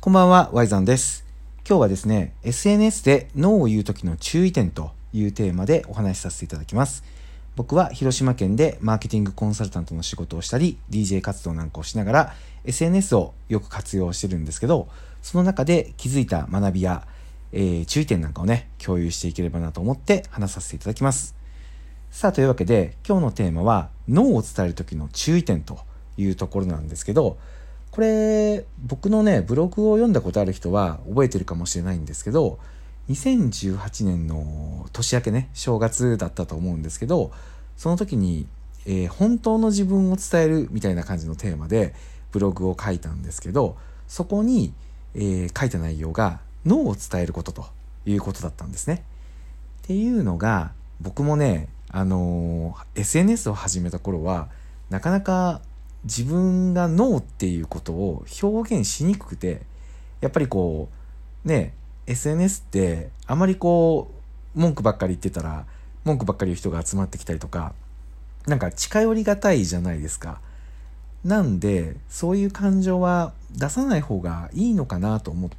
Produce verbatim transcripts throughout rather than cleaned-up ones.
こんばんは、ワイザンです。今日はですね、エスエヌエス でノーを言う時の注意点というテーマでお話しさせていただきます。僕は広島県でマーケティングコンサルタントの仕事をしたり、ディージェー 活動なんかをしながら エスエヌエス をよく活用してるんですけど、その中で気づいた学びや、えー、注意点なんかをね、共有していければなと思って話させていただきます。さあ、というわけで今日のテーマはノーを伝える時の注意点というところなんですけど、これ僕のねブログを読んだことある人は覚えてるかもしれないんですけど、にせんじゅうはちねんの年明けね、正月だったと思うんですけど、その時に、えー、本当の自分を伝えるみたいな感じのテーマでブログを書いたんですけど、そこに、えー、書いた内容がノーを伝えることということだったんですね。っていうのが、僕もねあのー、エスエヌエス を始めた頃はなかなか自分がノーっていうことを表現しにくくて、やっぱりこうね エスエヌエス ってあまりこう文句ばっかり言ってたら文句ばっかり言う人が集まってきたりとか、なんか近寄りがたいじゃないですか。なんでそういう感情は出さない方がいいのかなと思って、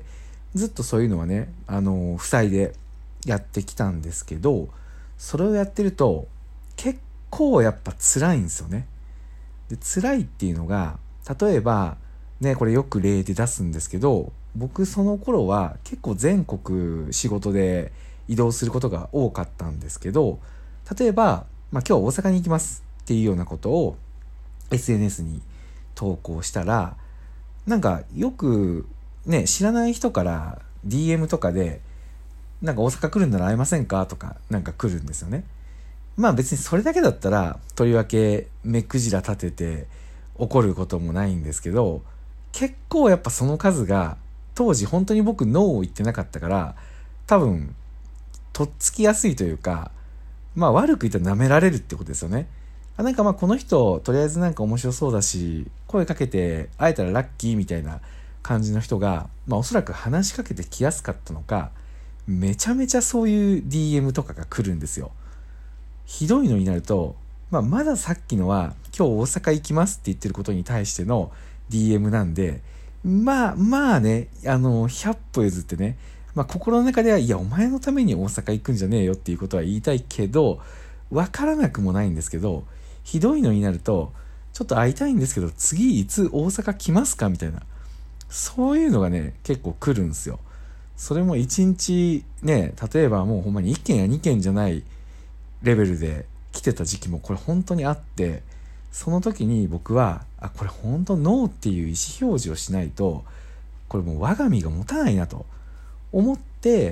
ずっとそういうのはねあの塞いでやってきたんですけど、それをやってると結構やっぱ辛いんですよね。で辛いっていうのが、例えばね、これよく例で出すんですけど、僕その頃は結構全国仕事で移動することが多かったんですけど、例えば、まあ、今日大阪に行きますっていうようなことを エスエヌエス に投稿したら、なんかよくね知らない人から ディーエム とかでなんか大阪来るんなら会えませんかとかなんか来るんですよね。まあ別にそれだけだったらとりわけ目くじら立てて怒ることもないんですけど、結構やっぱその数が当時本当に僕ノーを言ってなかったから、多分とっつきやすいというか、まあ悪く言ったら舐められるってことですよね。あ、なんかまあこの人とりあえずなんか面白そうだし声かけて会えたらラッキーみたいな感じの人が、まあおそらく話しかけてきやすかったのか、めちゃめちゃそういう ディーエム とかが来るんですよ。ひどいのになると、まあ、まださっきのは今日大阪行きますって言ってることに対しての ディーエム なんで、まあまあね、あのひゃっぽ譲ってね、まあ、心の中ではいやお前のために大阪行くんじゃねえよっていうことは言いたいけど、わからなくもないんですけど、ひどいのになるとちょっと会いたいんですけど次いつ大阪来ますかみたいな、そういうのがね結構来るんですよ。それもいちにちね、例えばもうほんまにいっけんやにけんじゃないレベルで来てた時期もこれ本当にあって、その時に僕はあこれ本当ノーっていう意思表示をしないとこれもう我が身が持たないなと思って、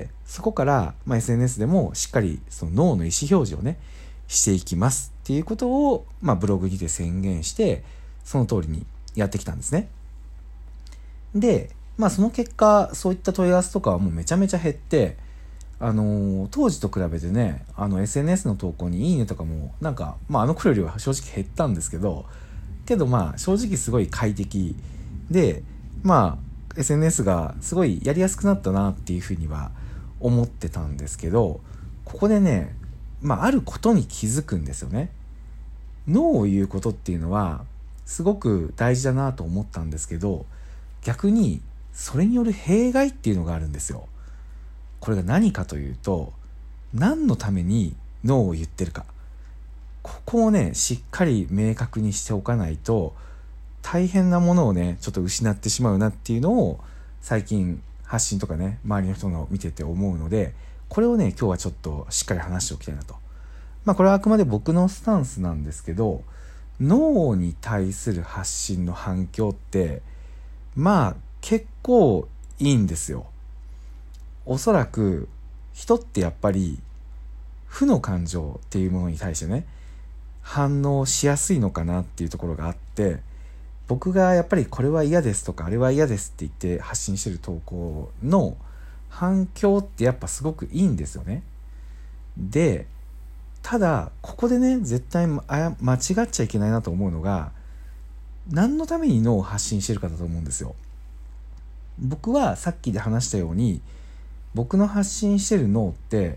そこから、まあ、エスエヌエス でもしっかりそのノーの意思表示をねしていきますっていうことを、まあ、ブログにて宣言してその通りにやってきたんですね。でまあその結果そういった問い合わせとかはもうめちゃめちゃ減って、あのー、当時と比べてね、あの エスエヌエス の投稿にいいねとかもなんか、まあ、あの頃よりは正直減ったんですけど、けどまあ正直すごい快適で、まあ エスエヌエス がすごいやりやすくなったなっていうふうには思ってたんですけど、ここでね、まああることに気づくんですよね。ノーを言うことっていうのはすごく大事だなと思ったんですけど、逆にそれによる弊害っていうのがあるんですよ。これが何かというと、何のためにノーを言ってるか、ここをねしっかり明確にしておかないと大変なものをねちょっと失ってしまうなっていうのを最近発信とかね周りの人の見てて思うので、これをね今日はちょっとしっかり話しておきたいなと。まあこれはあくまで僕のスタンスなんですけど、ノーに対する発信の反響ってまあ結構いいんですよ。おそらく人ってやっぱり負の感情っていうものに対してね反応しやすいのかなっていうところがあって、僕がやっぱりこれは嫌ですとかあれは嫌ですって言って発信してる投稿の反響ってやっぱすごくいいんですよね。でただここでね絶対間違っちゃいけないなと思うのが、何のためにノーを発信してるかだと思うんですよ。僕はさっきで話したように僕の発信してるノーって、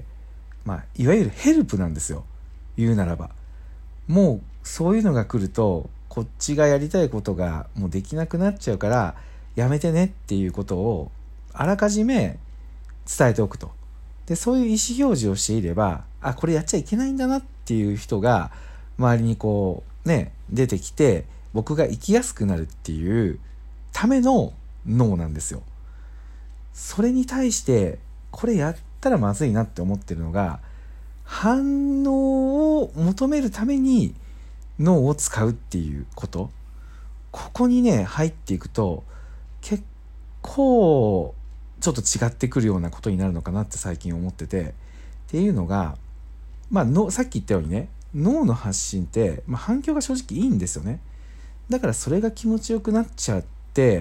まあ、いわゆるヘルプなんですよ。言うならばもうそういうのが来るとこっちがやりたいことがもうできなくなっちゃうから、 やめてねっていうことをあらかじめ伝えておくと。で、そういう意思表示をしていれば、あ、これやっちゃいけないんだなっていう人が周りにこうね、出てきて、僕が生きやすくなるっていうためのノーなんですよ。それに対して、これやったらまずいなって思ってるのが、反応を求めるために脳を使うっていうこと。ここにね、入っていくと、結構、ちょっと違ってくるようなことになるのかなって最近思ってて、っていうのが、まあのさっき言ったようにね、脳の発信って、まあ、反響が正直いいんですよね。だからそれが気持ちよくなっちゃって、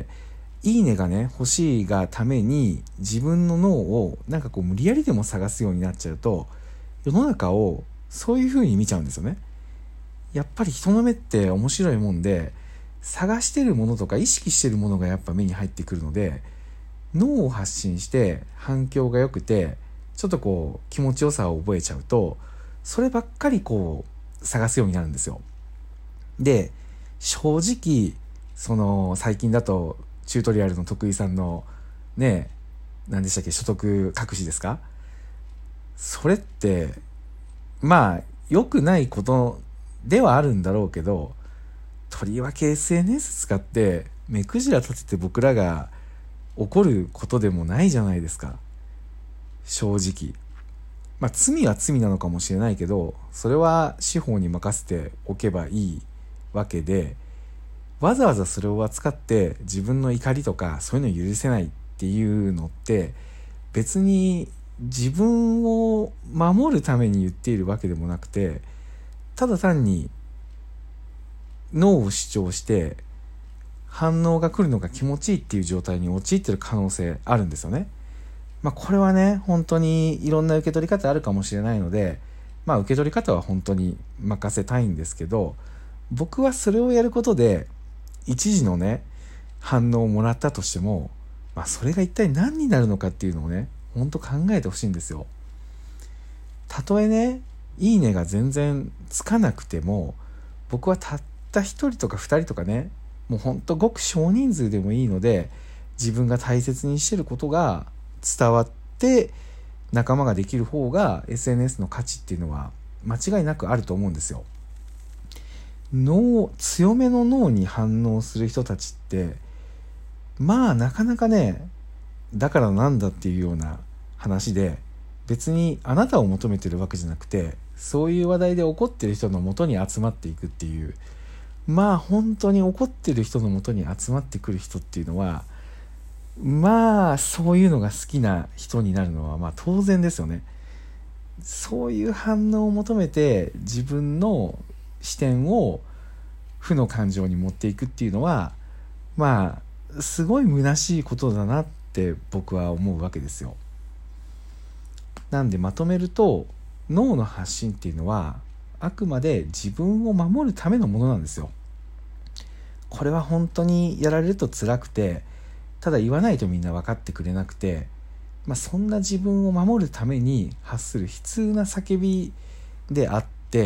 いいねがね欲しいがために自分の脳をなんかこう無理やりでも探すようになっちゃうと、世の中をそういう風に見ちゃうんですよね。やっぱり人の目って面白いもんで、探してるものとか意識してるものがやっぱ目に入ってくるので、脳を発信して反響が良くてちょっとこう気持ちよさを覚えちゃうと、そればっかりこう探すようになるんですよ。で、正直その最近だとチュートリアルの徳井さんのね、何でしたっけ、所得隠しですか、それってまあ良くないことではあるんだろうけど、とりわけ エスエヌエス 使って目くじら立てて僕らが怒ることでもないじゃないですか、正直。まあ罪は罪なのかもしれないけど、それは司法に任せておけばいいわけで、わざわざそれを扱って自分の怒りとかそういうのを許せないっていうのって、別に自分を守るために言っているわけでもなくて、ただ単に脳を主張して反応が来るのが気持ちいいっていう状態に陥ってる可能性あるんですよね。まあこれはね、本当にいろんな受け取り方あるかもしれないので、まあ受け取り方は本当に任せたいんですけど、僕はそれをやることで一時のね反応をもらったとしても、まあそれが一体何になるのかっていうのをね、本当考えてほしいんですよ。たとえね、いいねが全然つかなくても、僕はたった一人とか二人とかね、もうほんとごく少人数でもいいので、自分が大切にしてることが伝わって仲間ができる方が エスエヌエス の価値っていうのは間違いなくあると思うんですよ。脳、強めの脳に反応する人たちってまあなかなかね、だからなんだっていうような話で、別にあなたを求めてるわけじゃなくて、そういう話題で怒ってる人の元に集まっていくっていう、まあ本当に怒ってる人の元に集まってくる人っていうのは、まあそういうのが好きな人になるのはまあ当然ですよね。そういう反応を求めて自分の視点を負の感情に持っていくっていうのは、まあすごい虚しいことだなって僕は思うわけですよ。なんでまとめると、脳の発信っていうのはあくまで自分を守るためのものなんですよ。これは本当にやられると辛くて、ただ言わないとみんな分かってくれなくて、まあ、そんな自分を守るために発する悲痛な叫びであって、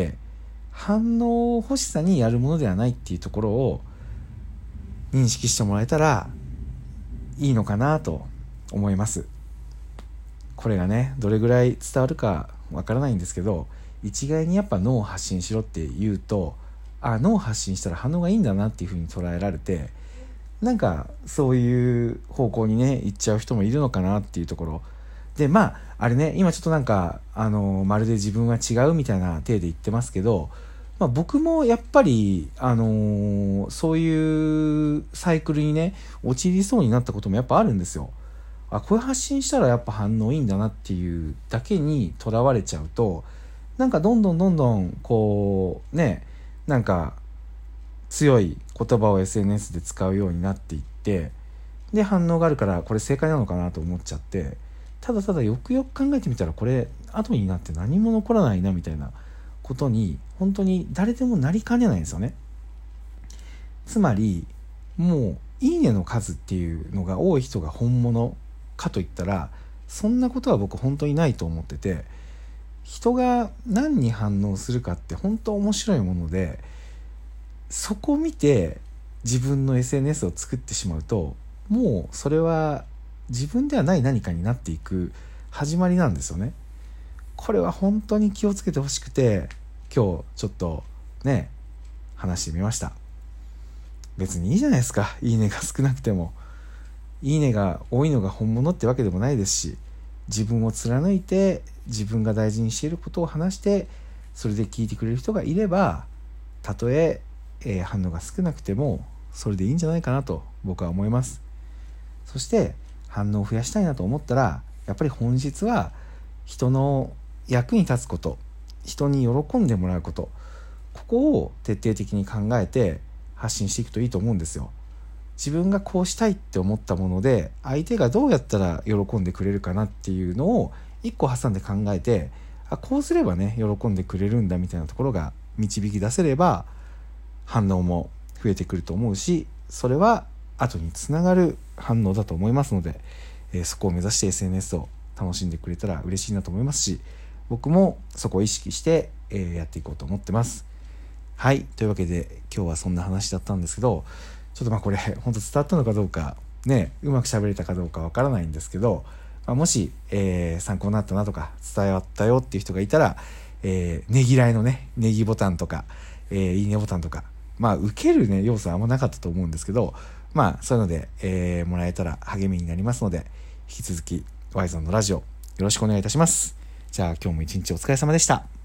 反応欲しさにやるものではないっていうところを認識してもらえたらいいのかなと思います。これがね、どれぐらい伝わるかわからないんですけど、一概にやっぱ脳を発信しろって言うと、あ、脳を発信したら反応がいいんだなっていう風に捉えられて、なんかそういう方向にね行っちゃう人もいるのかなっていうところで、まああれね、今ちょっとなんかあのまるで自分は違うみたいな体で言ってますけど、まあ、僕もやっぱりあのー、そういうサイクルにね陥りそうになったこともやっぱあるんですよ。あ、こういう発信したらやっぱ反応いいんだなっていうだけにとらわれちゃうと、なんかどんどんどんどんこうね、なんか強い言葉を エスエヌエス で使うようになっていって、で反応があるからこれ正解なのかなと思っちゃって、ただただよくよく考えてみたらこれ後になって何も残らないなみたいなことに本当に誰でもなりかねないんですよね。つまりもういいねの数っていうのが多い人が本物かといったら、そんなことは僕本当にないと思ってて、人が何に反応するかって本当面白いもので、そこを見て自分の エスエヌエス を作ってしまうともうそれは自分ではない何かになっていく始まりなんですよね。これは本当に気をつけてほしくて、今日ちょっとね話してみました。別にいいじゃないですか、いいねが少なくても。いいねが多いのが本物ってわけでもないですし、自分を貫いて自分が大事にしていることを話して、それで聞いてくれる人がいれば、たとええー、反応が少なくてもそれでいいんじゃないかなと僕は思います。そして反応を増やしたいなと思ったら、やっぱり本質は人の役に立つこと、人に喜んでもらうこと、ここを徹底的に考えて発信していくといいと思うんですよ。自分がこうしたいって思ったもので、相手がどうやったら喜んでくれるかなっていうのを一個挟んで考えて、あ、こうすればね喜んでくれるんだみたいなところが導き出せれば、反応も増えてくると思うし、それは後につながる反応だと思いますので、えー、そこを目指して エスエヌエス を楽しんでくれたら嬉しいなと思いますし、僕もそこを意識して、えー、やっていこうと思ってます。はい、というわけで今日はそんな話だったんですけど、ちょっとまあこれ本当伝わったのかどうかね、うまく喋れたかどうかわからないんですけど、まあ、もし、えー、参考になったなとか伝わったよっていう人がいたら、えー、ねぎらいのねネギボタンとか、えー、いいねボタンとか、まあ受けるね要素はあんまなかったと思うんですけど、まあそういうので、えー、もらえたら励みになりますので、引き続きワイゾンのラジオよろしくお願いいたします。じゃあ今日も一日お疲れ様でした。